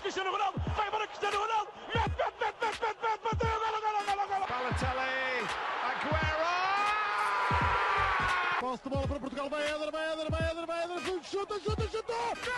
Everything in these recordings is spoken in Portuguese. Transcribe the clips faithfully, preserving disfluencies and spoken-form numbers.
Cristiano Ronaldo, vai embora Cristiano Ronaldo, mete, mete, mete, mete, mete, mete, bateu, golo, golo, golo, golo. Balotelli, Aguero! Posse de bola para Portugal, vai Éder, vai Éder, vai Éder, vai Éder, chuta, chuta, chuta!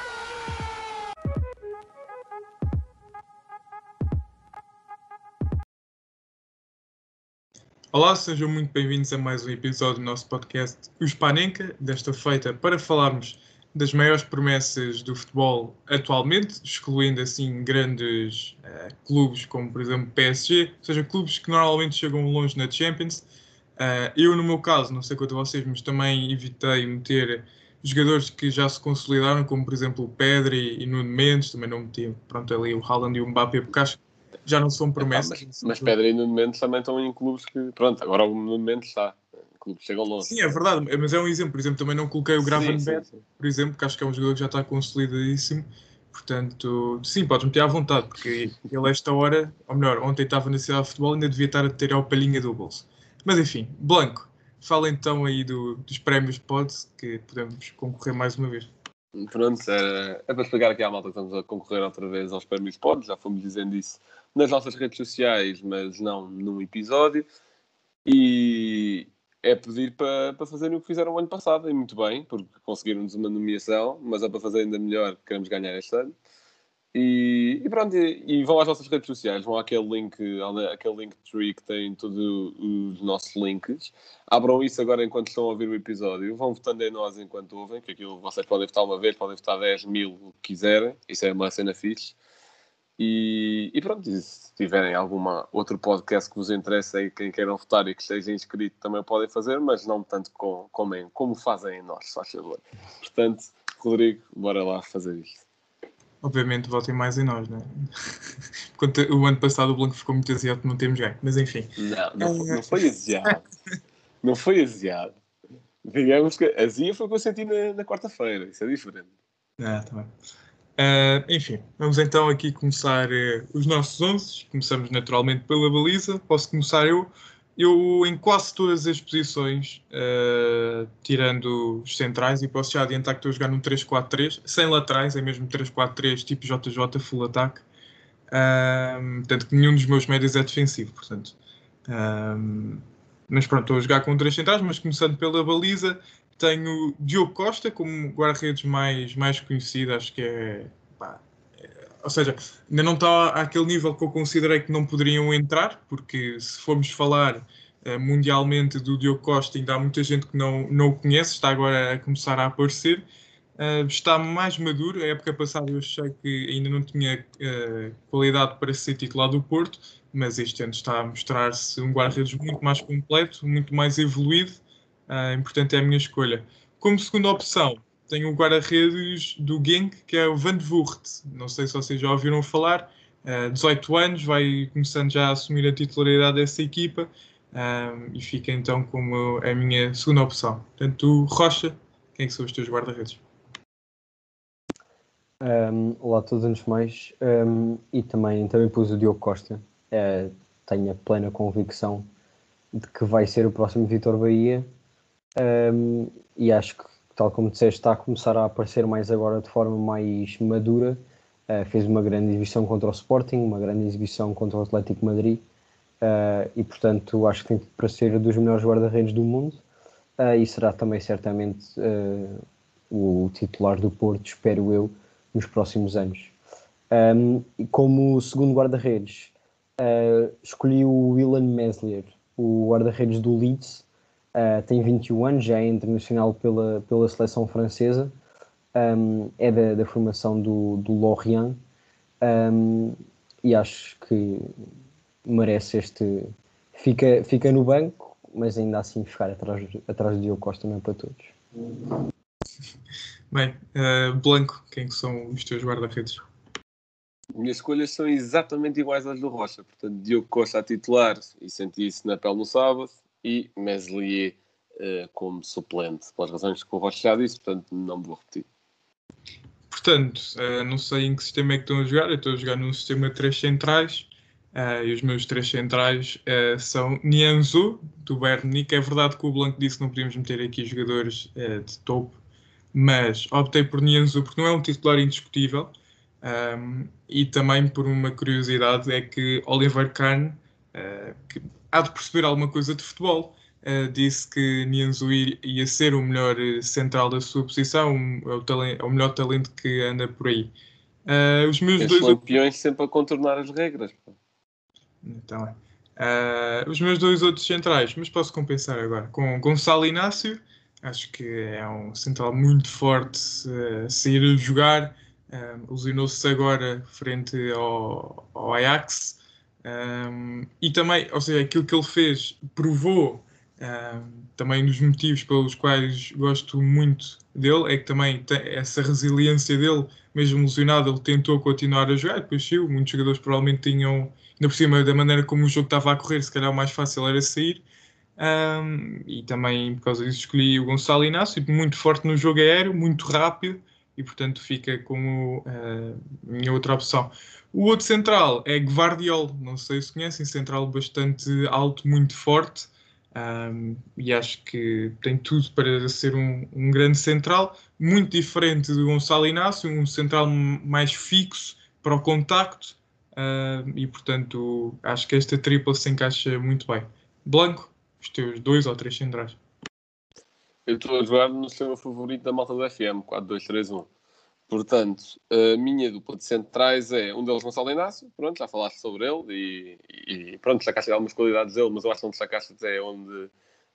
Olá, sejam muito bem-vindos a mais um episódio do nosso podcast O Spanenka, desta feita para falarmos das maiores promessas do futebol atualmente, excluindo assim grandes uh, clubes como, por exemplo, P S G, ou seja, clubes que normalmente chegam longe na Champions. Uh, eu, no meu caso, não sei quanto a vocês, mas também evitei meter jogadores que já se consolidaram, como, por exemplo, o Pedri e Nuno Mendes, também não meti, pronto, ali o Haaland e o Mbappé, porque acho que já não são promessas. É, mas, mas Pedri e Nuno Mendes também estão em clubes que... Pronto, agora o Nuno Mendes está. Clubes chegam longe. Sim, é verdade, mas é um exemplo. Por exemplo, também não coloquei o Gravenberch, por exemplo, que acho que é um jogador que já está consolidadíssimo. Portanto, sim, podes meter à vontade, porque ele esta hora, ou melhor, ontem estava na cidade de futebol, ainda devia estar a ter a palhinha do bolso. Mas enfim, Blanco, fala então aí do, dos prémios Pods, que podemos concorrer mais uma vez. Pronto, é, é para explicar aqui à malta que estamos a concorrer outra vez aos prémios Pods, já fomos dizendo isso nas nossas redes sociais, mas não num episódio. E é pedir para, para fazerem o que fizeram o ano passado, e muito bem, porque conseguiram-nos uma nomeação, mas é para fazer ainda melhor que queremos ganhar este ano. E, e pronto, e, e vão às nossas redes sociais, vão àquele link, àquele link tree que tem todos os nossos links. Abram isso agora enquanto estão a ouvir o episódio, vão votando em nós enquanto ouvem, que aquilo vocês podem votar uma vez, podem votar dez mil, o que quiserem, isso é uma cena fixe. E, e pronto, e se tiverem algum outro podcast que vos interesse e quem queiram votar e que esteja inscrito também podem fazer, mas não tanto com, como, em, como fazem em nós, faz favor. Portanto, Rodrigo, bora lá fazer isto. Obviamente votem mais em nós, não é? Porque o ano passado o Blanco ficou muito aziado, não temos ganho, mas enfim. Não, não, foi, não foi aziado. Não foi aziado. Digamos que a azia foi o que eu senti na, na quarta-feira, isso é diferente. Ah, tá bem. Uh, enfim, vamos então aqui começar uh, os nossos onze. Começamos naturalmente pela baliza. Posso começar eu. Eu, em quase todas as posições, uh, tirando os centrais, e posso já adiantar que estou a jogar num três quatro três, sem laterais, é mesmo três quatro três, tipo J J, full ataque. Uh, tanto que nenhum dos meus médios é defensivo, portanto. Uh, mas pronto, estou a jogar com três centrais, mas começando pela baliza, tenho Diogo Costa como guarda-redes mais, mais conhecido, acho que é, pá, é... Ou seja, ainda não está àquele nível que eu considerei que não poderiam entrar, porque se formos falar uh, mundialmente do Diogo Costa, ainda há muita gente que não, não o conhece, está agora a começar a aparecer. Uh, está mais maduro. A época passada eu achei que ainda não tinha uh, qualidade para ser titular do Porto, mas este ano está a mostrar-se um guarda-redes muito mais completo, muito mais evoluído. Uh, portanto, é a minha escolha. Como segunda opção, tenho o guarda-redes do Genk, que é o Van de Voort. Não sei se vocês já ouviram falar. Uh, dezoito anos, vai começando já a assumir a titularidade dessa equipa uh, e fica então como a minha segunda opção. Portanto, Rocha, quem é que são os teus guarda-redes? Um, olá a todos, antes de mais, um, e também, também pus o Diogo Costa. Uh, tenho a plena convicção de que vai ser o próximo Vítor Bahia, um, e acho que, tal como disseste, está a começar a aparecer mais agora de forma mais madura. Uh, fez uma grande exibição contra o Sporting, uma grande exibição contra o Atlético de Madrid, uh, e portanto acho que tem tudo para ser dos melhores guarda-redes do mundo, uh, e será também certamente uh, o titular do Porto, espero eu, nos próximos anos. Um, e como segundo guarda-redes, uh, escolhi o Willian Meslier, o guarda-redes do Leeds. Uh, tem vinte e um anos, já é internacional pela, pela seleção francesa, um, é da, da formação do, do Lorient, um, e acho que merece este... Fica, fica no banco, mas ainda assim ficar atrás, atrás de Diogo Costa não é para todos. Bem, uh, Blanco, quem são os teus guarda-redes? Minhas escolhas são exatamente iguais às do Rocha. Portanto, Diogo Costa a titular, e senti isso na pele no sábado, e Meslier uh, como suplente, pelas razões que o Rocha já disse, portanto não vou repetir. Portanto, uh, não sei em que sistema é que estão a jogar, eu estou a jogar num sistema de três centrais, uh, e os meus três centrais uh, são Nianzou, do Bayern Munique. É verdade que o Blanco disse que não podíamos meter aqui jogadores uh, de topo, mas optei por Nianzou porque não é um titular indiscutível. Um, e também por uma curiosidade é que Oliver Kahn, uh, que há de perceber alguma coisa de futebol, uh, disse que Nianzou ia ser o melhor central da sua posição, é o, talento, é o melhor talento que anda por aí. Uh, os meus Estes dois lampiões sempre a contornar as regras. Pô. Então, é. Uh, os meus dois outros centrais, mas posso compensar agora com Gonçalo Inácio. Acho que é um central muito forte uh, a sair a jogar. Um, lesionou-se agora frente ao, ao Ajax. Um, e também, ou seja, aquilo que ele fez provou um, também nos motivos pelos quais gosto muito dele, é que também tem essa resiliência dele, mesmo lesionado, ele tentou continuar a jogar. Depois, sim, muitos jogadores provavelmente tinham, ainda por cima da maneira como o jogo estava a correr, se calhar o mais fácil era sair. Um, e também por causa disso escolhi o Gonçalo Inácio, muito forte no jogo aéreo, muito rápido, e portanto fica como uh, minha outra opção. O outro central é Gvardiol, não sei se conhecem, central bastante alto, muito forte, um, e acho que tem tudo para ser um, um grande central, muito diferente do Gonçalo Inácio, um central mais fixo para o contacto, uh, e portanto acho que esta tripla se encaixa muito bem. Blanco, os teus dois ou três centrais. Eu estou a jogar no sistema favorito da malta do F M, quatro dois três um. Portanto, a minha dupla de centrais é um deles, Gonçalo Inácio. Pronto, já falaste sobre ele e, e pronto, destacaste algumas qualidades dele, mas eu acho que não destacaste até onde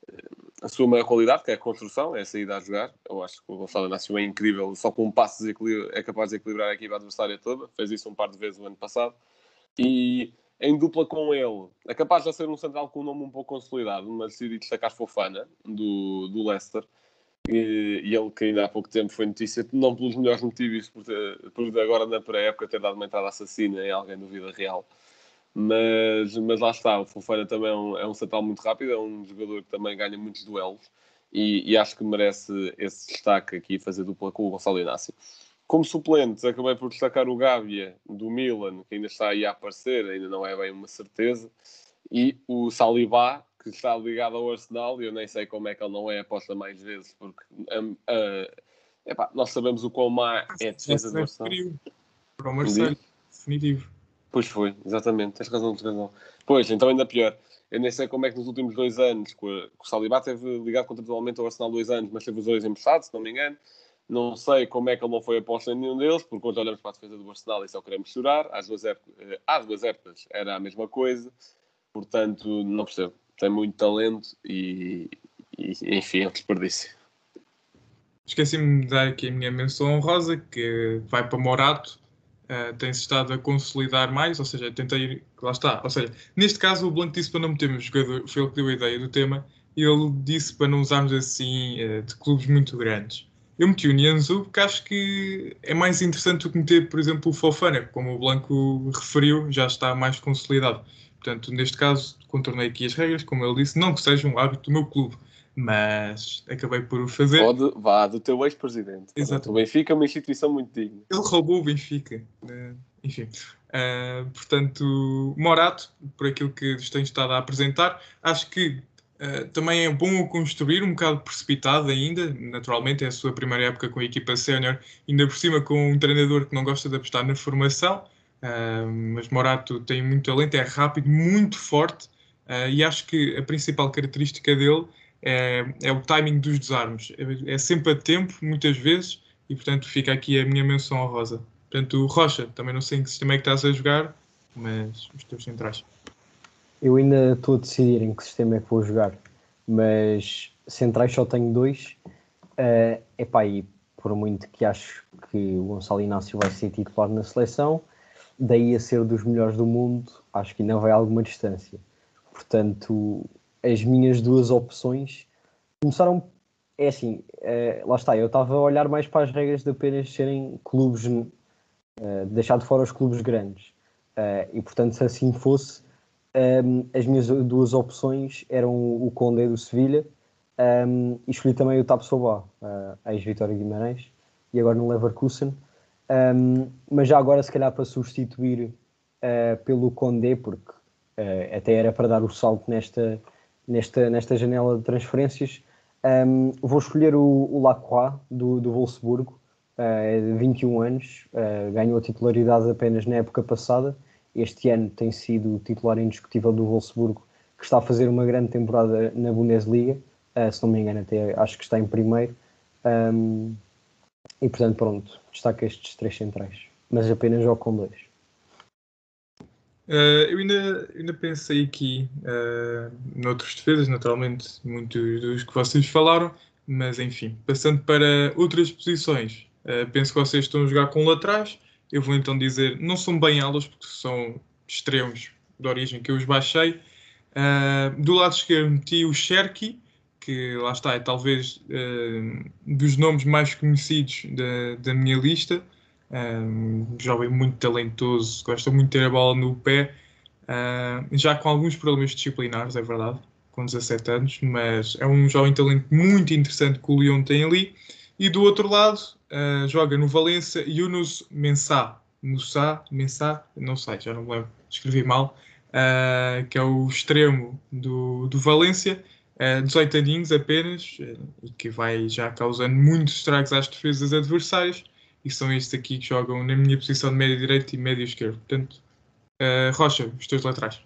a sua maior qualidade, que é a construção, é a saída a jogar. Eu acho que o Gonçalo Inácio é incrível, só com um passo é capaz de equilibrar a equipa adversária toda. Fez isso um par de vezes no ano passado. E em dupla com ele, é capaz de ser um central com um nome um pouco consolidado, mas decidi destacar Fofana, do, do Leicester. E, e ele que ainda há pouco tempo foi notícia, não pelos melhores motivos, por, ter, por agora na pré-época ter dado uma entrada assassina em alguém da vida real. Mas, mas lá está, o Fofana também é um, é um central muito rápido, é um jogador que também ganha muitos duelos e, e acho que merece esse destaque aqui, fazer dupla com o Gonçalo Inácio. Como suplentes, acabei por destacar o Gávia, do Milan, que ainda está aí a aparecer, ainda não é bem uma certeza, e o Saliba, que está ligado ao Arsenal, e eu nem sei como é que ele não é aposta mais vezes, porque um, uh, epá, nós sabemos o quão má é a defesa do Arsenal. Para o Marcelo, definitivo. Pois foi, exatamente, tens razão, tens razão. Pois, então ainda pior. Eu nem sei como é que nos últimos dois anos, que o Saliba teve ligado contratualmente ao Arsenal dois anos, mas teve os dois emprestados, se não me engano. Não sei como é que ele não foi aposta em nenhum deles, porque quando olhamos para a defesa do Arsenal e só queremos chorar. Às duas, épocas, às duas épocas era a mesma coisa. Portanto, não percebo. Tem muito talento e, e enfim, é um desperdício. Esqueci-me de dar aqui a minha menção honrosa, que vai para Morato. Uh, tem-se estado a consolidar mais, ou seja, tentei, lá está, ou seja, neste caso o Blanco disse para não metermos jogador, foi ele que deu a ideia do tema, e ele disse para não usarmos assim uh, de clubes muito grandes. Eu meti o Nianzou porque acho que é mais interessante do que meter, por exemplo, o Fofana, como o Blanco referiu, já está mais consolidado. Portanto, neste caso, contornei aqui as regras, como ele disse, não que seja um hábito do meu clube, mas acabei por o fazer. Pode, vá, do teu ex-presidente. Exato. O Benfica é uma instituição muito digna. Ele roubou o Benfica. Uh, enfim. Uh, portanto, Morato, por aquilo que tem estado a apresentar, acho que uh, também é bom o construir, um bocado precipitado ainda. Naturalmente, é a sua primeira época com a equipa sénior, ainda por cima com um treinador que não gosta de apostar na formação. Uh, mas Morato tem muito talento, é rápido, muito forte. Uh, e acho que a principal característica dele É, é o timing dos desarmes. É, é sempre a tempo, muitas vezes, e portanto fica aqui a minha menção honrosa. Portanto, Rocha, também não sei em que sistema é que estás a jogar, mas os teus centrais. Eu ainda estou a decidir em que sistema é que vou jogar, mas centrais só tenho dois. Uh, epá, e por muito que acho que o Gonçalo Inácio vai ser titular na seleção, daí a ser dos melhores do mundo, acho que ainda vai a alguma distância. Portanto, as minhas duas opções começaram, é assim, é, lá está, eu estava a olhar mais para as regras de apenas serem clubes, uh, deixar de fora os clubes grandes, uh, e portanto se assim fosse, um, as minhas duas opções eram o Condé do Sevilha, um, e escolhi também o Tapsoba, uh, ex-Vitória Guimarães, e agora no Leverkusen, um, mas já agora se calhar para substituir uh, pelo Condé, porque uh, até era para dar o salto nesta Nesta, nesta janela de transferências, um, vou escolher o, o Lacroix do, do Wolfsburgo, é de vinte e um anos, uh, ganhou a titularidade apenas na época passada. Este ano tem sido o titular indiscutível do Wolfsburgo, que está a fazer uma grande temporada na Bundesliga. Uh, se não me engano, até acho que está em primeiro. Um, e portanto, pronto, destaca estes três centrais, mas apenas jogo com dois. Uh, eu ainda, ainda pensei aqui uh, noutros defesas, naturalmente, muitos dos que vocês falaram, mas enfim, passando para outras posições, uh, penso que vocês estão a jogar com laterais. Eu vou então dizer, não são bem alas, porque são extremos de origem que eu os baixei. Uh, do lado esquerdo meti o Cherki, que lá está, é talvez uh, dos nomes mais conhecidos da, da minha lista. Um jovem muito talentoso, gosta muito de ter a bola no pé, uh, já com alguns problemas disciplinares, é verdade, com dezassete anos, mas é um jovem talento muito interessante que o Lyon tem ali. E do outro lado, uh, joga no Valência Yunus Mensah, Moussa, Mensah, não sei, já não me lembro, escrevi mal, uh, que é o extremo do, do Valência, uh, dezoito aninhos apenas, uh, e que vai já causando muitos estragos às defesas adversárias. E são estes aqui que jogam na minha posição de médio direito e médio esquerdo. Portanto, uh, Rocha, os teus laterais.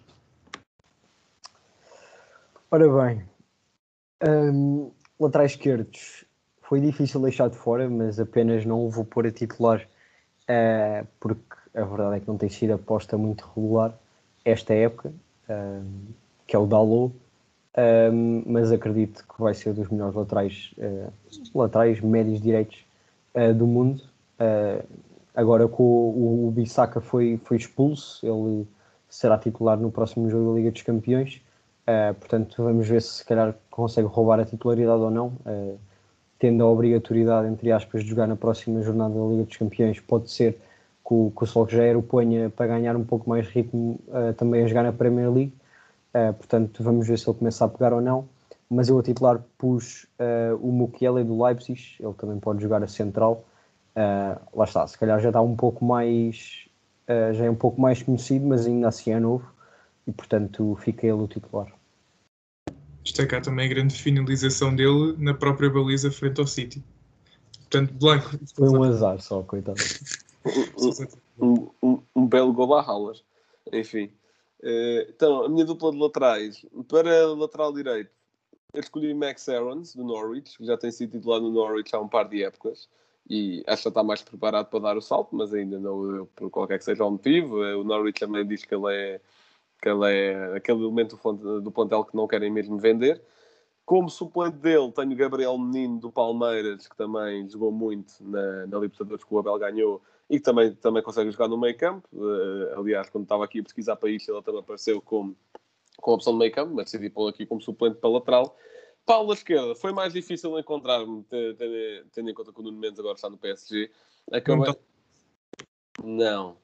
Ora bem, um, laterais esquerdos. Foi difícil deixar de fora, mas apenas não o vou pôr a titular, uh, porque a verdade é que não tem sido aposta muito regular esta época, um, que é o Dalot, um, mas acredito que vai ser dos melhores laterais, uh, laterais médios direitos uh, do mundo. Uh, agora que o, o, o Bissaka foi, foi expulso, ele será titular no próximo jogo da Liga dos Campeões, uh, portanto vamos ver se se calhar consegue roubar a titularidade ou não, uh, tendo a obrigatoriedade, entre aspas, de jogar na próxima jornada da Liga dos Campeões. Pode ser que o, que o Solskjaer o ponha para ganhar um pouco mais ritmo uh, também a jogar na Premier League, uh, portanto vamos ver se ele começa a pegar ou não, mas eu a titular pus uh, o Mukiele do Leipzig, ele também pode jogar a central. Uh, lá está, se calhar já está um pouco mais uh, já é um pouco mais conhecido, mas ainda assim é novo e portanto fica ele o titular. Destacar também a grande finalização dele na própria baliza frente ao City. Portanto, Blanco. Foi um azar só, coitado. um, um, um belo gol à Haller. Enfim. Uh, então, a minha dupla de laterais. Para lateral direito, eu escolhi Max Aarons, do Norwich, que já tem sido titular no Norwich há um par de épocas. E acho que está mais preparado para dar o salto, mas ainda não, por qualquer que seja o motivo. O Norwich também diz que ele é, que ele é aquele elemento do plantel que não querem mesmo vender. Como suplente dele, tenho Gabriel Menino, do Palmeiras, que também jogou muito na, na Libertadores que o Abel ganhou e que também, também consegue jogar no meio campo. Uh, aliás, quando estava aqui a pesquisar para isto, ele também apareceu como, com a opção de meio campo, mas decidi pô-lo aqui como suplente para lateral. Para a esquerda, foi mais difícil encontrar-me, tendo, tendo em conta que o Nuno Mendes agora está no P S G. Acabei... Não.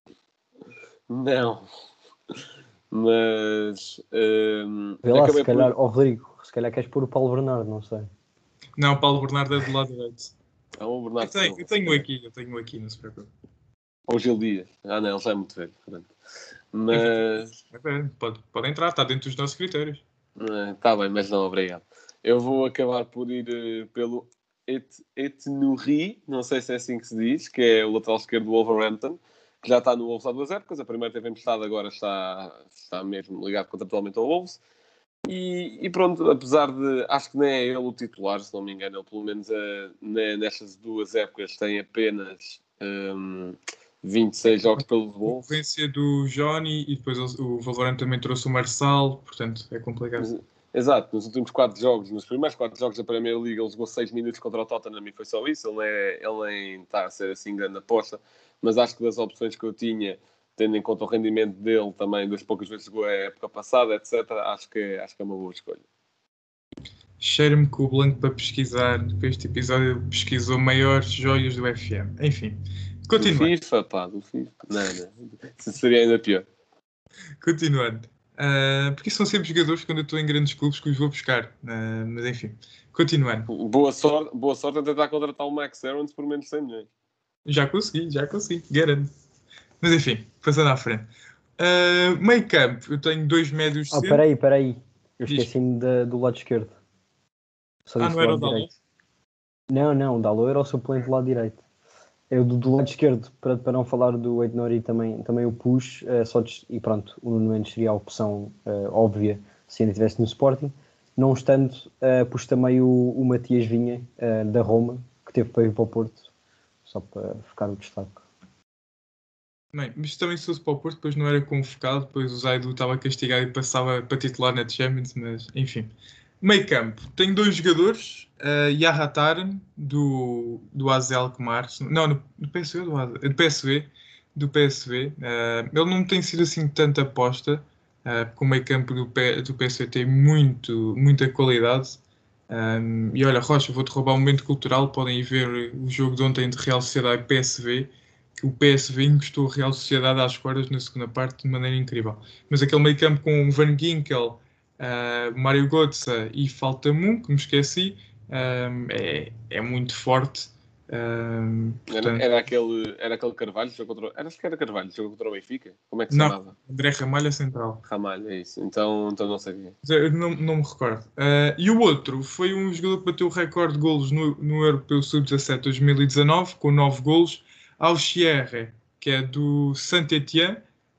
Não. Mas... Um, Vê lá, acabei se calhar, por... oh, Rodrigo, se calhar queres pôr o Paulo Bernardo, não sei. Não, Paulo Bernardo é do lado direito. É o Bernardo eu tenho, Silva, eu tenho aqui, eu tenho aqui, não se preocupe. Ou Gil Dias. Ah, não, ele já é muito velho. Mas... Pode, pode entrar, está dentro dos nossos critérios. Está bem, mas não, obrigado. Eu vou acabar por ir uh, pelo Et, Etnouri, não sei se é assim que se diz, que é o lateral esquerdo do Wolverhampton, que já está no Wolves há duas épocas. A primeira teve emprestado, agora está, está mesmo ligado contratualmente ao Wolves. E, e pronto, apesar de... Acho que nem é ele o titular, se não me engano. Ele, pelo menos, uh, nestas duas épocas, tem apenas um, vinte e seis jogos pelos Wolves. A influência do Johnny e depois o Wolverhampton também trouxe o Marçal, portanto, é complicado. Exato, nos últimos quatro jogos, nos primeiros quatro jogos da Premier League, ele jogou seis minutos contra o Tottenham e foi só isso. Ele, é, ele nem está a ser assim grande aposta, mas acho que das opções que eu tinha, tendo em conta o rendimento dele também, das poucas vezes que jogou a época passada, etcétera, acho que, acho que é uma boa escolha. Cheiro-me que o Blanco, para pesquisar, para este episódio, pesquisou maiores joias do F M. Enfim, continuando. Do FIFA, pá, do FIFA. Não, não. Isso seria ainda pior. Continuando. Uh, porque são sempre jogadores quando eu estou em grandes clubes que os vou buscar. Uh, mas enfim, continuando. Boa sorte, boa sorte a tentar contratar o Max Aarons por menos de cem milhões. Já consegui, já consegui, garanto. Mas enfim, passando à frente. Uh, meio campo, eu tenho dois médios. Ah, espera aí, espera aí. Eu esqueci-me de, do lado esquerdo. Só ah, disse não era o lado Dalot? direito. Não, não, o Dalot era o suplente do lado direito. Eu do, do lado esquerdo, para, para não falar do Aït-Nouri, também, também o pus, uh, só de, e pronto, o Nuno Mendes seria a opção uh, óbvia se ainda estivesse no Sporting. Não estando, uh, pus também o, o Matias Vinha, uh, da Roma, que teve para ir para o Porto, só para ficar o destaque. Bem, mas também se fosse para o Porto, depois não era convocado, depois o Zaidu estava castigado e passava para titular na Champions, mas enfim. Meio campo, tenho dois jogadores, uh, Yaha Taren, do, do A Z Alkmaar, não, no, do P S V, do, AZ, do P S V, do P S V. Uh, ele não tem sido assim tanta aposta, uh, porque o meio campo do, P, do P S V tem muito, muita qualidade. Um, e olha, Rocha, vou-te roubar um momento cultural, podem ir ver o jogo de ontem de Real Sociedade P S V, que o P S V encostou a Real Sociedade às cordas na segunda parte de maneira incrível. Mas aquele meio campo com Van Ginkel, uh, Mário Götze e Faltamu, que me esqueci, um, é, é muito forte. Um, Era, portanto, era, aquele, era aquele Carvalho, jogou contra, era, acho que era Carvalho, jogou contra o Benfica. Como é que se não, chamava? André Ramalho central. Ramalho, é isso. Então, então não sabia. Eu não, não me recordo. Uh, e o outro foi um jogador que bateu o recorde de golos no, no Europeu sub dezassete dois mil e dezanove, com nove golos, Auxerre, que é do Saint-Étienne.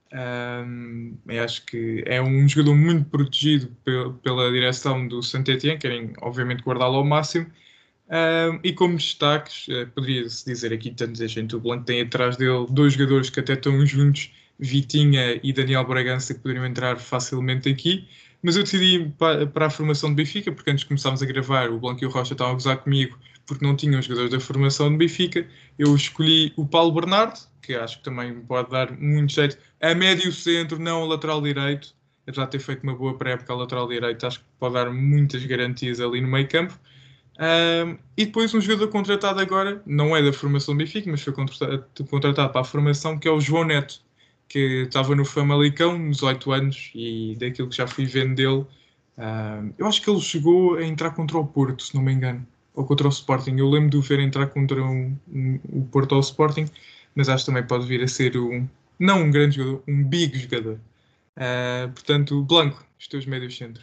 Um, eu acho que é um jogador muito protegido pe- pela direção do Saint-Étienne, querem obviamente guardá-lo ao máximo. Um, e como destaques, uh, poderia-se dizer aqui tantos gente, o Blanco tem atrás dele dois jogadores que até estão juntos, Vitinha e Daniel Bragança, que poderiam entrar facilmente aqui. Mas eu decidi ir para, para a formação de Benfica, porque antes de começarmos a gravar, o Blanco e o Rocha estavam a gozar comigo porque não tinham os jogadores da formação de Benfica. Eu escolhi o Paulo Bernardo, que acho que também pode dar muito jeito, a médio centro, não a lateral direito. Apesar de ter feito uma boa pré-época a lateral direito, acho que pode dar muitas garantias ali no meio campo. Um, e depois um jogador contratado agora, não é da formação do Benfica, mas foi contratado, contratado para a formação, que é o João Neto, que estava no Famalicão nos oito anos, e daquilo que já fui vendo dele, um, eu acho que ele chegou a entrar contra o Porto, se não me engano, ou contra o Sporting. Eu lembro de o ver entrar contra um, um, o Porto ou o Sporting, mas acho que também pode vir a ser um, não um grande jogador, um big jogador. Uh, portanto, Blanco, os teus médios centros.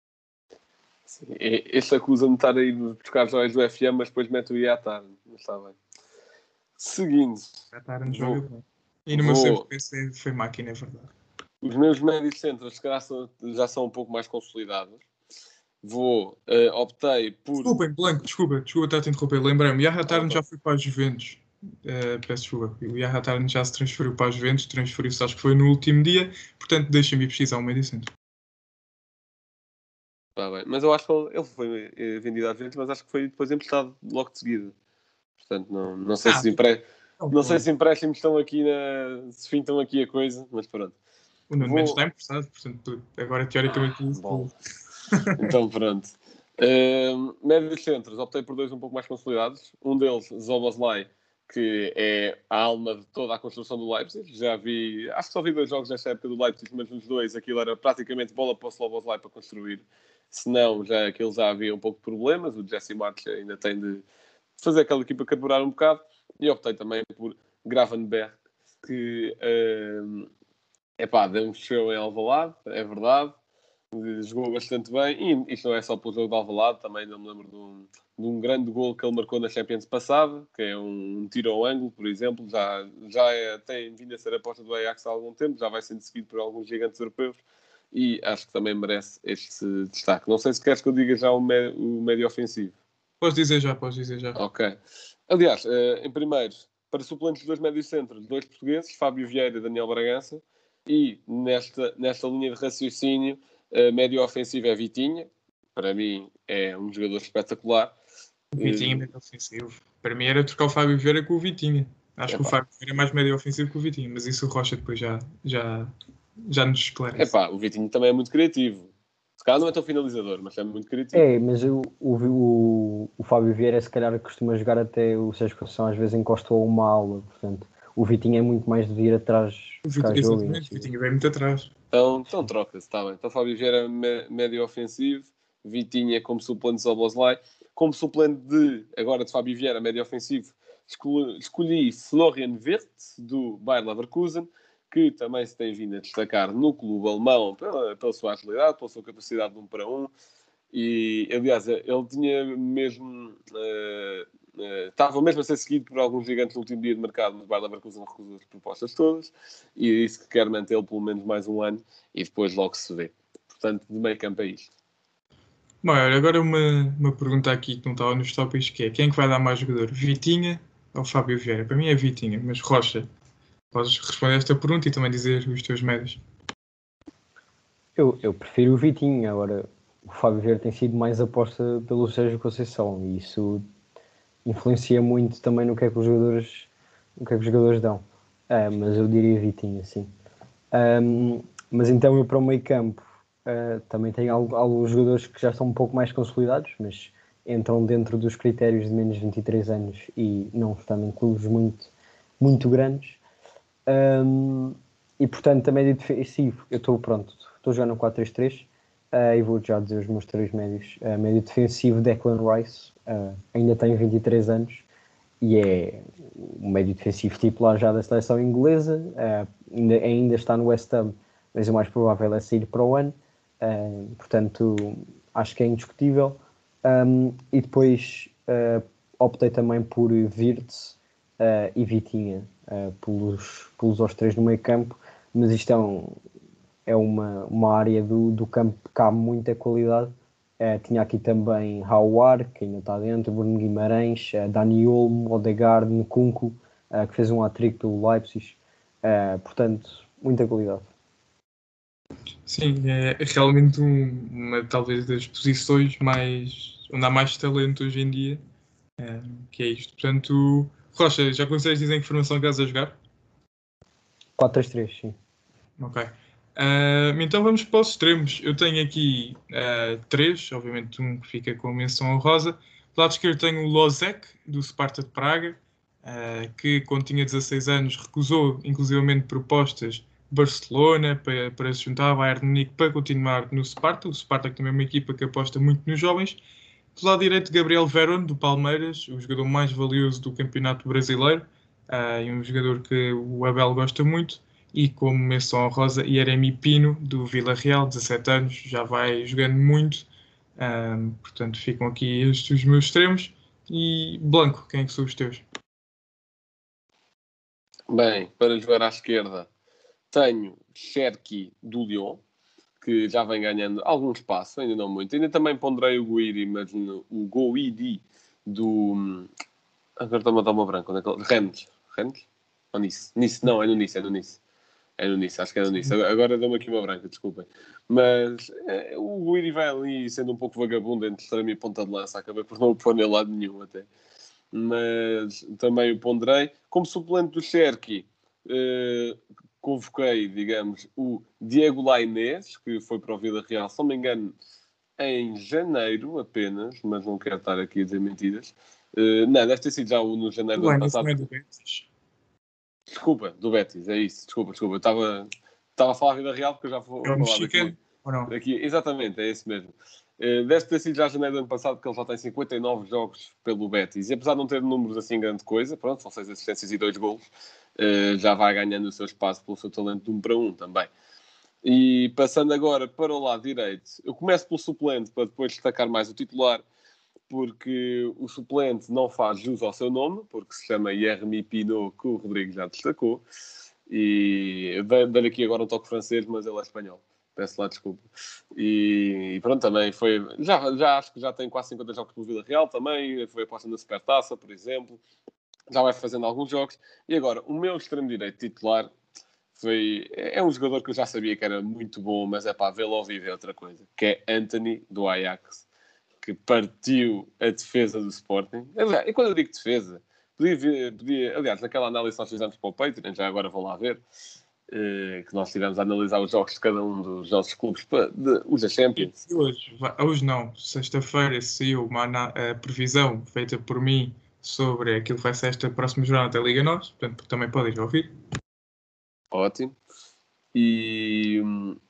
Sim, este acusa-me de estar a ir buscar jogos do F M, mas depois mete o I A T, mas está bem. Seguindo, Vou, e no meu sempre pensei, foi máquina, é verdade. Os meus médios centros se calhar são, já são um pouco mais consolidados. Vou, uh, optei por... Desculpem, Blanco, desculpa, desculpa estar a te interromper. Lembrei-me, o Yaha Taren ah, já foi para a Juventus. Uh, peço desculpa. O Yaha Taren já se transferiu para a Juventus, transferiu-se, acho que foi no último dia, portanto deixem-me pesquisar um médio centro. Tá bem, mas eu acho que ele foi vendido à Juventus, mas acho que foi depois emprestado logo de seguida. Portanto, não, não sei ah, se empre... não, não sei se empréstimos estão aqui na... se fintam aqui a coisa, mas pronto. O Nuno Mendes está emprestado, portanto, agora teoricamente... Ah, bom. Então pronto. Uh, médios centros, optei por dois um pouco mais consolidados. Um deles, Szoboszlai, que é a alma de toda a construção do Leipzig. Já vi, acho que só vi dois jogos nesta época do Leipzig, mas nos dois aquilo era praticamente bola para o Szoboszlai para construir. Se não, já, aquilo já havia um pouco de problemas. O Jesse March ainda tem de fazer aquela equipa carburar um bocado. E optei também por Gravenberch, que uh, epá, deu um show em Alvalade, é verdade. Jogou bastante bem. E isto não é só pelo jogo de Alvalade, também não me lembro de um, de um grande gol que ele marcou na Champions passada, que é um, um tiro ao ângulo, por exemplo. Já, já é, tem vindo a ser aposta do Ajax há algum tempo, já vai sendo seguido por alguns gigantes europeus. E acho que também merece este destaque. Não sei se queres que eu diga já o, me, o médio ofensivo. Podes dizer já, podes dizer já. Ok. Aliás, uh, em primeiro, para suplentes dos dois médios centros, dois portugueses, Fábio Vieira e Daniel Bragança. E nesta, nesta linha de raciocínio, uh, médio ofensivo é Vitinha. Para mim é um jogador espetacular. O Vitinha é uh, médio ofensivo. Para mim era trocar o Fábio Vieira com o Vitinha. Acho Epá. que o Fábio Vieira é mais médio ofensivo que o Vitinha, mas isso o Rocha depois já, já, já nos esclarece. Epá, o Vitinho também é muito criativo. Se calhar não é tão finalizador, mas é muito criativo. É, mas o, o, o, o Fábio Vieira se calhar costuma jogar até o Sérgio Conceição, às vezes encosta a uma ala, portanto o Vitinho é muito mais de vir atrás. O Vitinho, exatamente, o Vitinho vem muito atrás. Então, então troca-se, está bem. Então Fábio Vieira é médio ofensivo, Vitinho é como suplente de Szoboszlai. Como suplente de, agora de Fábio Vieira, médio ofensivo, escolhi, escolhi Florian Wirtz, do Bayer Leverkusen, que também se tem vindo a destacar no clube alemão pela, pela sua agilidade, pela sua capacidade de um para um. E, aliás, ele tinha mesmo uh, Uh, estava mesmo a ser seguido por alguns gigantes no último dia de mercado, mas o Bayer Leverkusen recusou as propostas todas e disse que quer mantê-lo pelo menos mais um ano e depois logo se vê. Portanto, de meio campo é isto. Bom, olha, agora uma, uma pergunta aqui que não estava nos tópicos, que é quem é que vai dar mais jogador? Vitinha ou Fábio Vieira? Para mim é Vitinha, mas Rocha, podes responder esta pergunta e também dizer os teus médios. Eu, eu prefiro o Vitinho, agora o Fábio Vieira tem sido mais aposta pelo Sérgio Conceição e isso influencia muito também no que é que os jogadores, no que é que os jogadores dão. Ah, mas eu diria Vitinho, sim. Um, mas então eu para o meio campo uh, também tenho alguns jogadores que já estão um pouco mais consolidados, mas entram dentro dos critérios de menos de vinte e três anos e não estando em clubes muito, muito grandes. Um, e portanto também é defensivo. Eu estou pronto, estou jogando no quatro três três uh, e vou já dizer os meus três médios. Uh, médio defensivo Declan Rice, uh, ainda tem vinte e três anos e é o médio defensivo titular já da seleção inglesa, uh, ainda, ainda está no West Ham, mas o mais provável é sair para o ano, uh, portanto acho que é indiscutível. Um, e depois uh, optei também por Wirtz uh, e Vitinha, uh, pelos, pelos aos três no meio campo, mas isto é, um, é uma, uma área do, do campo que cabe muita qualidade. Uh, tinha aqui também Hauar, que ainda está dentro, Bruno Guimarães, uh, Dani Olmo, Odegaard, Nkunku, uh, que fez um hat-trick pelo Leipzig. Uh, portanto, muita qualidade. Sim, é realmente um, uma talvez das posições mais onde há mais talento hoje em dia, é, que é isto. Portanto, Rocha, já consegues dizer em que formação que estás a jogar? quatro três três, sim. Ok. Uh, então vamos para os extremos. Eu tenho aqui uh, três, obviamente um que fica com a menção honrosa. Do lado esquerdo tenho o Lozek, do Sparta de Praga, uh, que quando tinha dezasseis anos recusou inclusivamente propostas de Barcelona para, para se juntar ao Bayern de Munique para continuar no Sparta. O Sparta que também é uma equipa que aposta muito nos jovens. Do lado direito, Gabriel Verón, do Palmeiras, o jogador mais valioso do campeonato brasileiro, uh, e um jogador que o Abel gosta muito. E como menção honrosa, Yeremi Pino, do Vila Real, dezassete anos, já vai jogando muito. Um, portanto, ficam aqui estes os meus extremos. E Blanco, quem é que são os teus? Bem, para jogar à esquerda, tenho Cherki do Lyon, que já vem ganhando algum espaço, ainda não muito. Ainda também ponderei o Guiri, mas no, o Goidi do... Agora está-me a dar uma branca. Onde é que... Rennes. Rennes? Ou Nice? Nice? Não, é no Nice, é no Nice. É no Nice, acho que é no Nice. Agora deu-me aqui uma branca, desculpem. Mas é, o Guiri vai ali sendo um pouco vagabundo entre extremo e ponta de lança. Acabei por não o pôr nem lado nenhum até. Mas também o ponderei. Como suplente do Cherki, eh, convoquei, digamos, o Diego Lainez, que foi para o Vila Real, se não me engano, em janeiro apenas, mas não quero estar aqui a dizer mentiras. Uh, não, deve ter sido já o, no janeiro do ano passado. Não é do Betis. Desculpa, do Betis, é isso. Desculpa, desculpa. Eu estava, estava a falar a vida real porque eu já vou É o falar mexicano, daqui. ou não? daqui. Exatamente, é esse mesmo. Uh, deve ter sido já janeiro do ano passado, que ele já tem cinquenta e nove jogos pelo Betis. E apesar de não ter números assim grande coisa, pronto, são seis assistências e dois golos, uh, já vai ganhando o seu espaço pelo seu talento de um para um também. E passando agora para o lado direito, eu começo pelo suplente para depois destacar mais o titular, porque o suplente não faz jus ao seu nome, porque se chama Yeremi Pino, que o Rodrigo já destacou. E eu dei-lhe aqui agora um toque francês, mas ele é espanhol. Peço lá desculpa. E, e pronto, também foi... Já, já acho que já tem quase cinquenta jogos pelo Vila Real também. Foi aposta na Supertaça, por exemplo. Já vai fazendo alguns jogos. E agora, o meu extremo direito titular foi... É um jogador que eu já sabia que era muito bom, mas é para vê-lo ao vivo é outra coisa. Que é Antony, do Ajax, que partiu a defesa do Sporting. Aliás, e quando eu digo defesa, podia, ver, podia aliás, naquela análise que nós fizemos para o Patreon, já agora vou lá ver, eh, que nós tivemos a analisar os jogos de cada um dos nossos clubes, de, os da Champions. E hoje, hoje não, sexta-feira saiu uma a previsão feita por mim sobre aquilo que vai ser esta próxima jornada da Liga Nós, portanto também podem ouvir. Ótimo. E...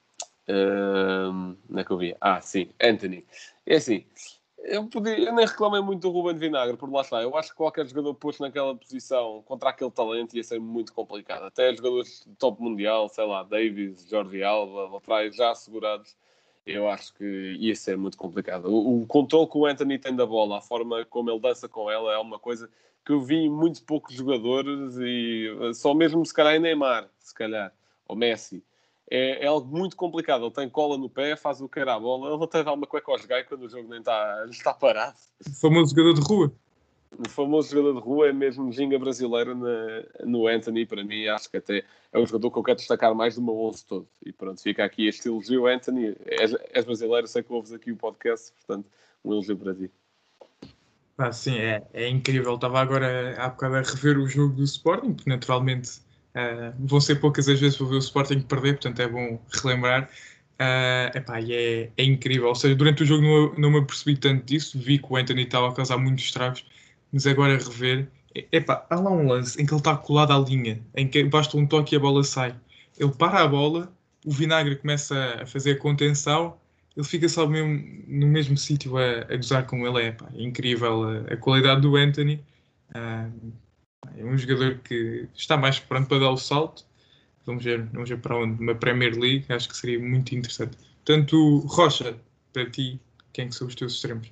Um, onde é que eu vi? Ah, sim, Antony. É assim, eu, podia, eu nem reclamei muito do Ruben Vinagre, por lá está. Eu acho que qualquer jogador posto naquela posição contra aquele talento ia ser muito complicado. Até jogadores de top mundial, sei lá, Davis, Jordi Alba, laterais já assegurados, eu acho que ia ser muito complicado. O, o controle que o Antony tem da bola, a forma como ele dança com ela, é uma coisa que eu vi em muito poucos jogadores e só mesmo se calhar em Neymar, se calhar, ou Messi. É, é algo muito complicado. Ele tem cola no pé, faz o que era a bola. Ele até dá uma cueca aos gajos quando o jogo nem está, está parado. O famoso jogador de rua. O famoso jogador de rua é mesmo ginga brasileira na, no Antony. Para mim, acho que até é um jogador que eu quero destacar mais do meu onze todo. E pronto, fica aqui este elogio, Antony. És, és brasileiro, sei que ouves aqui o podcast, portanto, um elogio para ti. Ah, sim, é, é incrível. Estava agora há bocado a rever o jogo do Sporting, que naturalmente uh, vão ser poucas as vezes para ver o Sporting perder, portanto é bom relembrar. Uh, epá, e é, é incrível. Ou seja, durante o jogo não, não me apercebi tanto disso, vi que o Antony estava a causar muitos estragos, mas agora a rever, epá, há lá um lance em que ele está colado à linha, em que basta um toque e a bola sai. Ele para a bola, o Vinagre começa a fazer a contenção, ele fica só mesmo, no mesmo sítio a, a gozar com ele. É, pá, é incrível a, a qualidade do Antony. Ah, é um jogador que está mais pronto para dar o salto. Vamos ver, vamos ver para onde. Uma Premier League, acho que seria muito interessante. Portanto, Rocha, para ti, quem que são os teus extremos?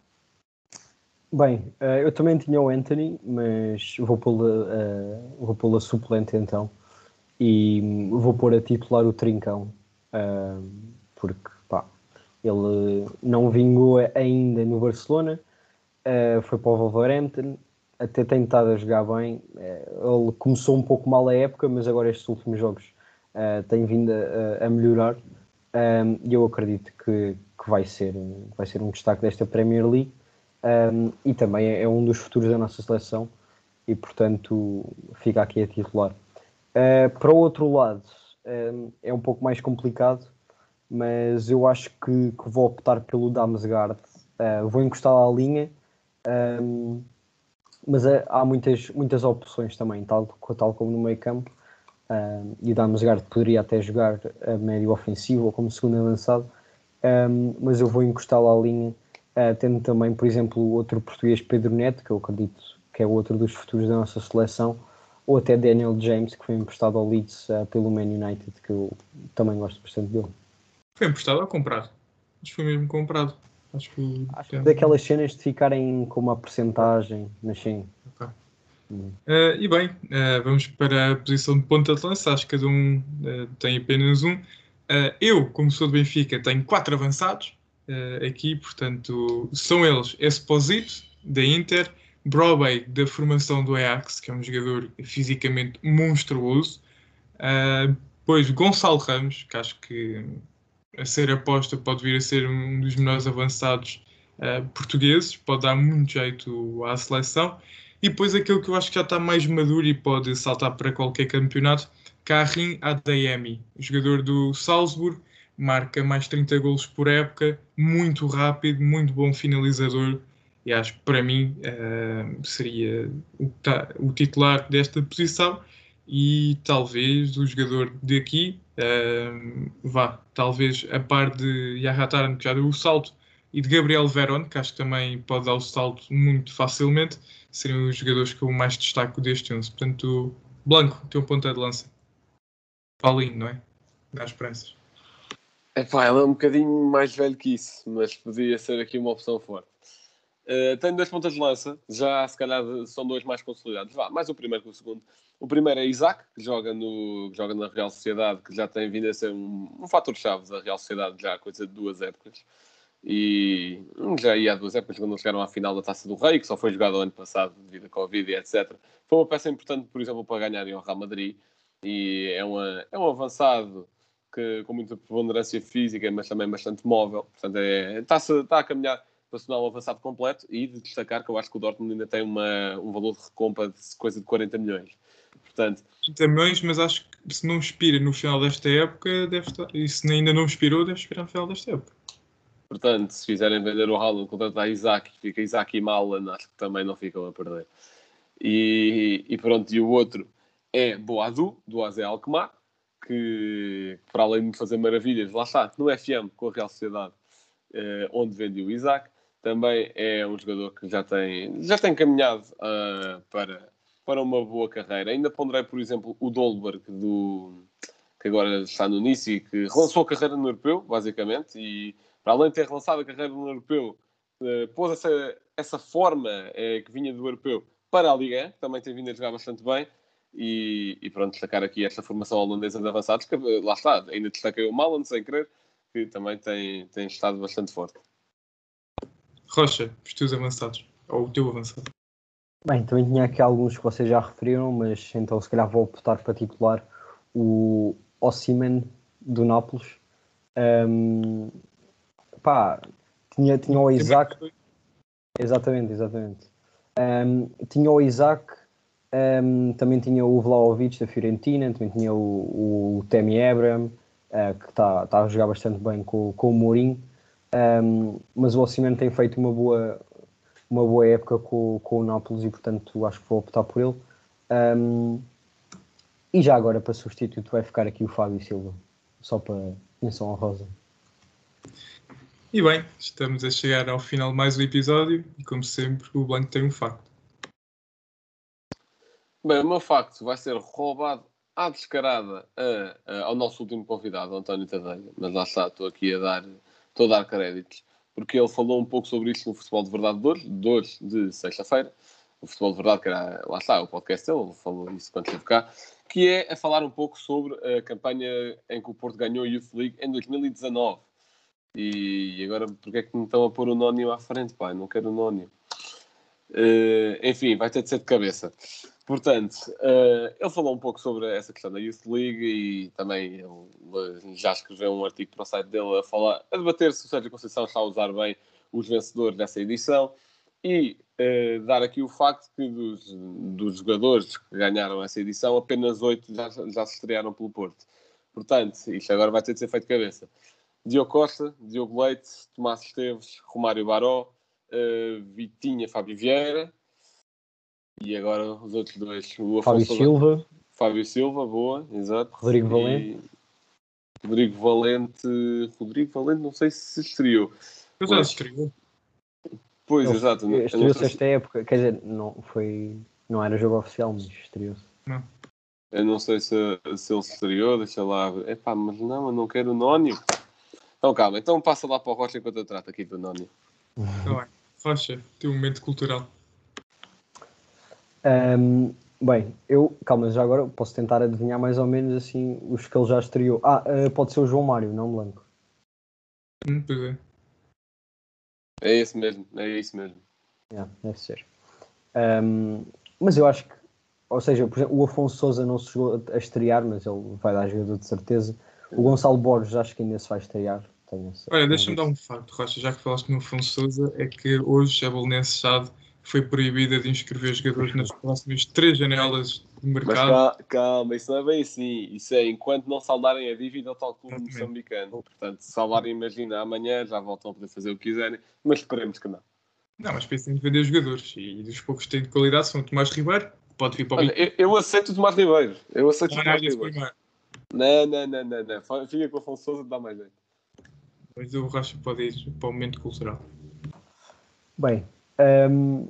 Bem, eh, eu também tinha o Antony, mas vou pô-la uh, vou pô-la suplente então. E vou pôr a titular o Trincão. Uh, porque, pá, ele não vingou ainda no Barcelona, uh, foi para o Wolverhampton, até tem estado a jogar bem. Uh, ele começou um pouco mal a época, mas agora estes últimos jogos uh, tem vindo a, a melhorar. Um, e eu acredito que, que vai, ser, vai ser um destaque desta Premier League. Um, e também é um dos futuros da nossa seleção e, portanto, fica aqui a titular. Uh, para o outro lado, um, é um pouco mais complicado, mas eu acho que, que vou optar pelo Damsgaard. Uh, vou encostar à linha, um, mas uh, há muitas, muitas opções também, tal, tal como no meio campo. Um, e o Damsgaard poderia até jogar a médio ofensivo ou como segundo avançado, um, mas eu vou encostá-lo à linha, uh, tendo também, por exemplo, o outro português, Pedro Neto, que eu acredito que é outro dos futuros da nossa seleção, ou até Daniel James, que foi emprestado ao Leeds uh, pelo Man United, que eu também gosto bastante dele. Foi emprestado ou comprado? Acho que foi mesmo comprado. Acho que, Acho que daquelas cenas de ficarem com uma percentagem, mas sim. Okay. Uh, e bem, uh, vamos para a posição de ponta de lança. Acho que cada um uh, tem apenas um. Uh, eu, como sou do Benfica, tenho quatro avançados uh, aqui, portanto, são eles Esposito, da Inter, Brobbey, da formação do Ajax, que é um jogador fisicamente monstruoso, uh, depois Gonçalo Ramos, que acho que a ser aposta pode vir a ser um dos melhores avançados uh, portugueses, pode dar muito jeito à seleção. E depois aquele que eu acho que já está mais maduro e pode saltar para qualquer campeonato, Karim Adeyemi, jogador do Salzburg, marca mais trinta golos por época, muito rápido, muito bom finalizador, e acho que para mim uh, seria o, o titular desta posição e talvez o jogador daqui uh, vá, talvez a par de Yahya Taran, que já deu o salto, e de Gabriel Veron, que acho que também pode dar o salto muito facilmente, seriam os jogadores que eu mais destaco deste onze. Portanto, Blanco, teu ponta de lança. Paulinho, não é? Dá esperanças. É pá, ele é um bocadinho mais velho que isso, mas podia ser aqui uma opção forte. Uh, tenho dois pontas de lança, já se calhar são dois mais consolidados. Vá, mais o primeiro que o segundo. O primeiro é Isaac, que joga, no, que joga na Real Sociedade, que já tem vindo a ser um, um fator-chave da Real Sociedade já há coisa de duas épocas. E já ia há duas épocas quando eles chegaram à final da Taça do Rei, que só foi jogado ano passado devido à Covid e etcétera. Foi uma peça importante, por exemplo, para ganharem ao Real Madrid. E é, uma, é um avançado que, com muita preponderância física, mas também bastante móvel. Portanto, é, está, está a caminhar para se tornar um avançado completo. E de destacar que eu acho que o Dortmund ainda tem uma, um valor de recompra de coisa de quarenta milhões. Portanto, quarenta milhões, mas acho que se não expira no final desta época, deve estar, e se ainda não expirou, deve expirar no final desta época. Portanto, se fizerem vender o Haaland, contratar Isaac, fica Isaac e Malan, acho que também não ficam a perder. E, e pronto, e o outro é Boadu, do A Z Alkmaar, que para além de fazer maravilhas, lá está, no F M com a Real Sociedade, eh, onde vendeu o Isaac, também é um jogador que já tem, já tem caminhado uh, para, para uma boa carreira. Ainda ponderei, por exemplo, o Dolberg, do, que agora está no Nice e que relançou a carreira no Europeu, basicamente, e para além de ter relançado a carreira no Europeu, uh, pôs essa, essa forma uh, que vinha do Europeu para a Liga, que também tem vindo a jogar bastante bem, e, e pronto, destacar aqui esta formação holandesa de avançados, que uh, lá está, ainda destaquei o Malan, sem querer, que também tem, tem estado bastante forte. Rocha, os teus avançados, ou o teu avançado. Bem, também tinha aqui alguns que vocês já referiram, mas então se calhar vou optar para titular o Osimhen do Nápoles. Um, pá, tinha, tinha o Isaac. Exatamente, exatamente. Um, tinha o Isaac, um, também tinha o Vlahovic da Fiorentina, também tinha o, o Tammy Abraham, uh, que está tá a jogar bastante bem com, com o Mourinho. Um, mas o Osimhen tem feito uma boa, uma boa época com, com o Nápoles e, portanto, acho que vou optar por ele. Um, e já agora, para substituto, vai ficar aqui o Fábio Silva, só para menção honrosa. E bem, estamos a chegar ao final de mais um episódio e, como sempre, o Blanco tem um facto. Bem, o meu facto vai ser roubado à descarada a, a, ao nosso último convidado, António Tadeia, mas lá está, estou aqui a dar, estou a dar créditos, porque ele falou um pouco sobre isto no Futebol de Verdade de hoje, de, hoje, de sexta-feira. O Futebol de Verdade, que era, lá está, o podcast dele, ele falou isso quando esteve cá, que é a falar um pouco sobre a campanha em que o Porto ganhou a Youth League em dois mil e dezanove. E agora, porque é que me estão a pôr o Nónio à frente, pai? Não quero o Nónio. Uh, enfim, vai ter de ser de cabeça. Portanto, uh, ele falou um pouco sobre essa questão da Youth League e também ele já escreveu um artigo para o site dele a falar, a debater se o Sérgio Conceição está a usar bem os vencedores dessa edição e uh, dar aqui o facto que dos, dos jogadores que ganharam essa edição, apenas oito já, já se estrearam pelo Porto. Portanto, isto agora vai ter de ser feito de cabeça. Diogo Costa, Diogo Leite, Tomás Esteves, Romário Baró, uh, Vitinha, Fábio Vieira e agora os outros dois. O Fábio Afonso Silva. Fábio Silva, boa, exato. Rodrigo e... Valente. Rodrigo Valente. Rodrigo Valente, não sei se estreou. Eu já Mas... estreou. Pois, Ele exato. estreou-se esta época, quer dizer, não, foi, não era jogo oficial, mas estreou-se. Não. Eu não sei se, se ele se estreou, deixa lá. Epá, mas não, eu não quero o Nónio. Então calma, então passa lá para o Rocha enquanto eu trato aqui do Nónio. Está bem. Rocha, teu momento cultural. Um, bem, eu, calma, já agora posso tentar adivinhar mais ou menos assim os que ele já estreou. Ah, uh, pode ser o João Mário, não Blanco. Hum, pois é. É esse mesmo, é isso mesmo. Yeah, deve ser. Um, mas eu acho que, ou seja, por exemplo, o Afonso Sousa não se chegou a estrear, mas ele vai dar jogador de certeza. O Gonçalo Borges acho que ainda se vai estrear. Tenho essa, Olha, deixa-me dar um facto, Rocha, já que falaste no Afonso Sousa, é que hoje a Belenenses SAD foi proibida de inscrever jogadores nas próximas três janelas de Mas mercado. calma, calma, isso não é bem assim. Isso é enquanto não saldarem a dívida ao tal clube Exatamente. moçambicano. Portanto, se salvarem, imagina, amanhã já voltam a poder fazer o que quiserem, mas esperemos que não. Não, mas pensem em vender jogadores. E dos poucos que têm de qualidade são o Tomás Ribeiro, pode vir para o Olha, eu, eu aceito o Tomás Ribeiro. Eu aceito o Não, Tomás não, Ribeiro. primeiro. Não, não, não, não, não. Fa- Fica com o Afonso Sousa, dá mais jeito. Mas o Rocha pode ir para o momento cultural. Bem, um,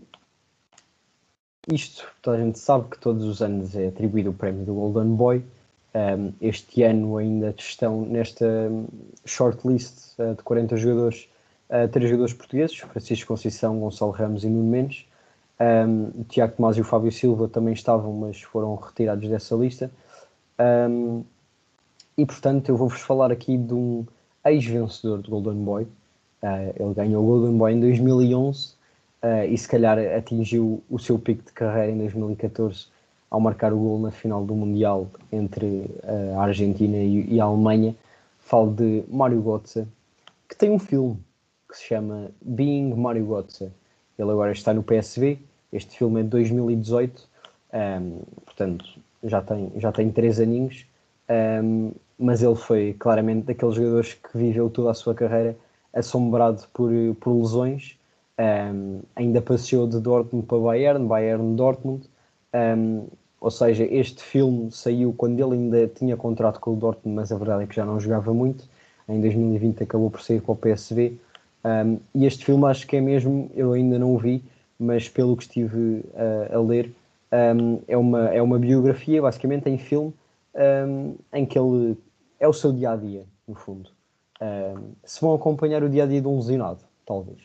isto, toda a gente sabe que todos os anos é atribuído o prémio do Golden Boy. Um, este ano ainda estão nesta shortlist uh, de quarenta jogadores, uh, três jogadores portugueses, Francisco Conceição, Gonçalo Ramos e Nuno Mendes. Um, o Tiago Tomás e o Fábio Silva também estavam, mas foram retirados dessa lista. Um, e, portanto, eu vou-vos falar aqui de um ex-vencedor do Golden Boy. Uh, ele ganhou o Golden Boy em dois mil e onze uh, e, se calhar, atingiu o seu pico de carreira em dois mil e catorze ao marcar o gol na final do Mundial entre uh, a Argentina e, e a Alemanha. Falo de Mário Götze, que tem um filme que se chama Being Mário Götze. Ele agora está no P S V. Este filme é de dois mil e dezoito, um, portanto já tem, já tem três aninhos, um, mas ele foi claramente daqueles jogadores que viveu toda a sua carreira assombrado por, por lesões. Um, ainda passeou de Dortmund para Bayern, Bayern Dortmund, um, ou seja, este filme saiu quando ele ainda tinha contrato com o Dortmund, mas a verdade é que já não jogava muito. Em dois mil e vinte acabou por sair para o P S V. Um, e este filme acho que é mesmo, eu ainda não o vi, mas pelo que estive uh, a ler, um, é, uma, é uma biografia, basicamente em filme, um, em que ele é o seu dia-a-dia, no fundo. Um, se vão acompanhar o dia-a-dia de um lesionado, talvez.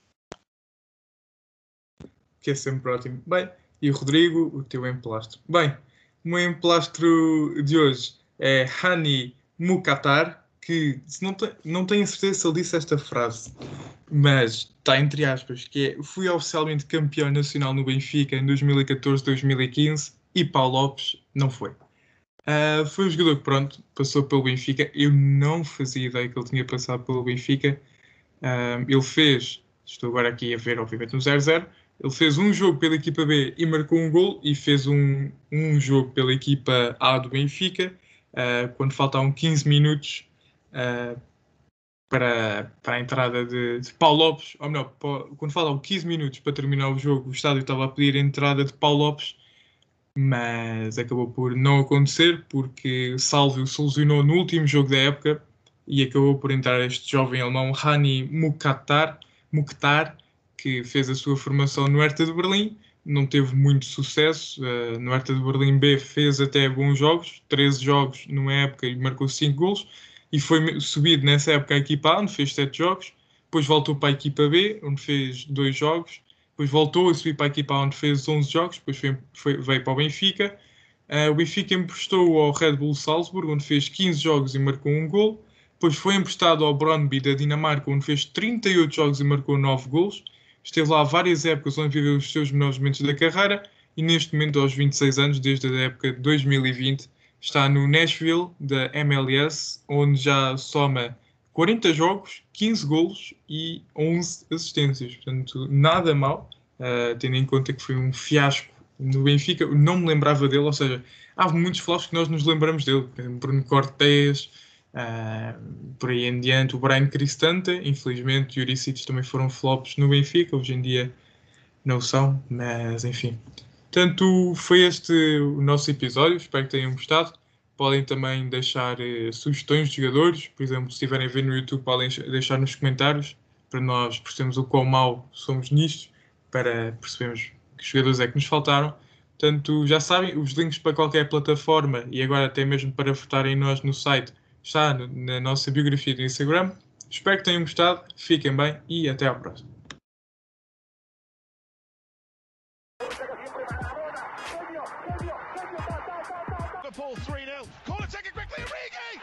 Que é sempre ótimo. Bem, e Rodrigo, o teu emplastro. Bem, o meu emplastro de hoje é Hani Mukatar, que se não, te, não tenho certeza se ele disse esta frase, mas está entre aspas, que é: fui oficialmente campeão nacional no Benfica em dois mil e catorze, dois mil e quinze e Paulo Lopes não foi. Uh, foi um jogador que, pronto, passou pelo Benfica. Eu não fazia ideia que ele tinha passado pelo Benfica. Uh, ele fez, estou agora aqui a ver, obviamente, no zero zero. Ele fez um jogo pela equipa B e marcou um gol, e fez um, um jogo pela equipa A do Benfica, uh, quando faltavam quinze minutos uh, para, para a entrada de, de Paulo Lopes. Ou melhor, para, quando faltavam quinze minutos para terminar o jogo, o estádio estava a pedir a entrada de Paulo Lopes, mas acabou por não acontecer, porque Sálvio se lesionou no último jogo da época e acabou por entrar este jovem alemão, Hani Mukhtar, Mukhtar, que fez a sua formação no Hertha de Berlim. Não teve muito sucesso. Uh, no Hertha de Berlim B fez até bons jogos, treze jogos numa época, e marcou cinco golos, e foi subido nessa época à equipa A, onde fez sete jogos. Depois voltou para a equipa B, onde fez dois jogos. Depois voltou a subir para a equipa A, onde fez onze jogos. Depois foi, foi, veio para o Benfica. Uh, o Benfica emprestou ao Red Bull Salzburg, onde fez quinze jogos e marcou um gol. Depois foi emprestado ao Brøndby da Dinamarca, onde fez trinta e oito jogos e marcou nove golos. Esteve lá várias épocas, onde viveu os seus melhores momentos da carreira, e neste momento, aos vinte e seis anos, desde a época de dois mil e vinte, está no Nashville da M L S, onde já soma quarenta jogos, quinze golos e onze assistências. Portanto, nada mal, uh, tendo em conta que foi um fiasco no Benfica. Eu não me lembrava dele, ou seja, há muitos flops que nós nos lembramos dele. Bruno Cortés, uh, por aí em diante, o Brian Cristante. Infelizmente, Yuri Cites também foram flops no Benfica. Hoje em dia não são, mas enfim. Portanto, foi este o nosso episódio. Espero que tenham gostado. Podem também deixar eh, sugestões de jogadores. Por exemplo, se estiverem a ver no YouTube, podem deixar nos comentários, para nós percebermos o quão mau somos nisto, para percebermos que jogadores é que nos faltaram. Portanto, já sabem, os links para qualquer plataforma, e agora até mesmo para votarem em nós no site, está no, na nossa biografia do Instagram. Espero que tenham gostado. Fiquem bem e até à próxima. Liverpool three nil. Corner taken quickly, Origi!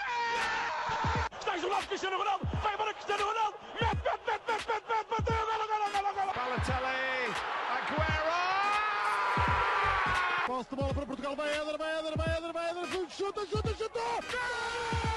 Está isolado Cristiano Ronaldo, vai para Cristiano Ronaldo, mete, mete, mete, mete, mete, mete, bateu, golo, golo, golo, golo! Balotelli, Aguero! Posse de bola para Portugal, vai Éder, vai Éder, vai Éder, vai Éder, chuta, chuta, chuta!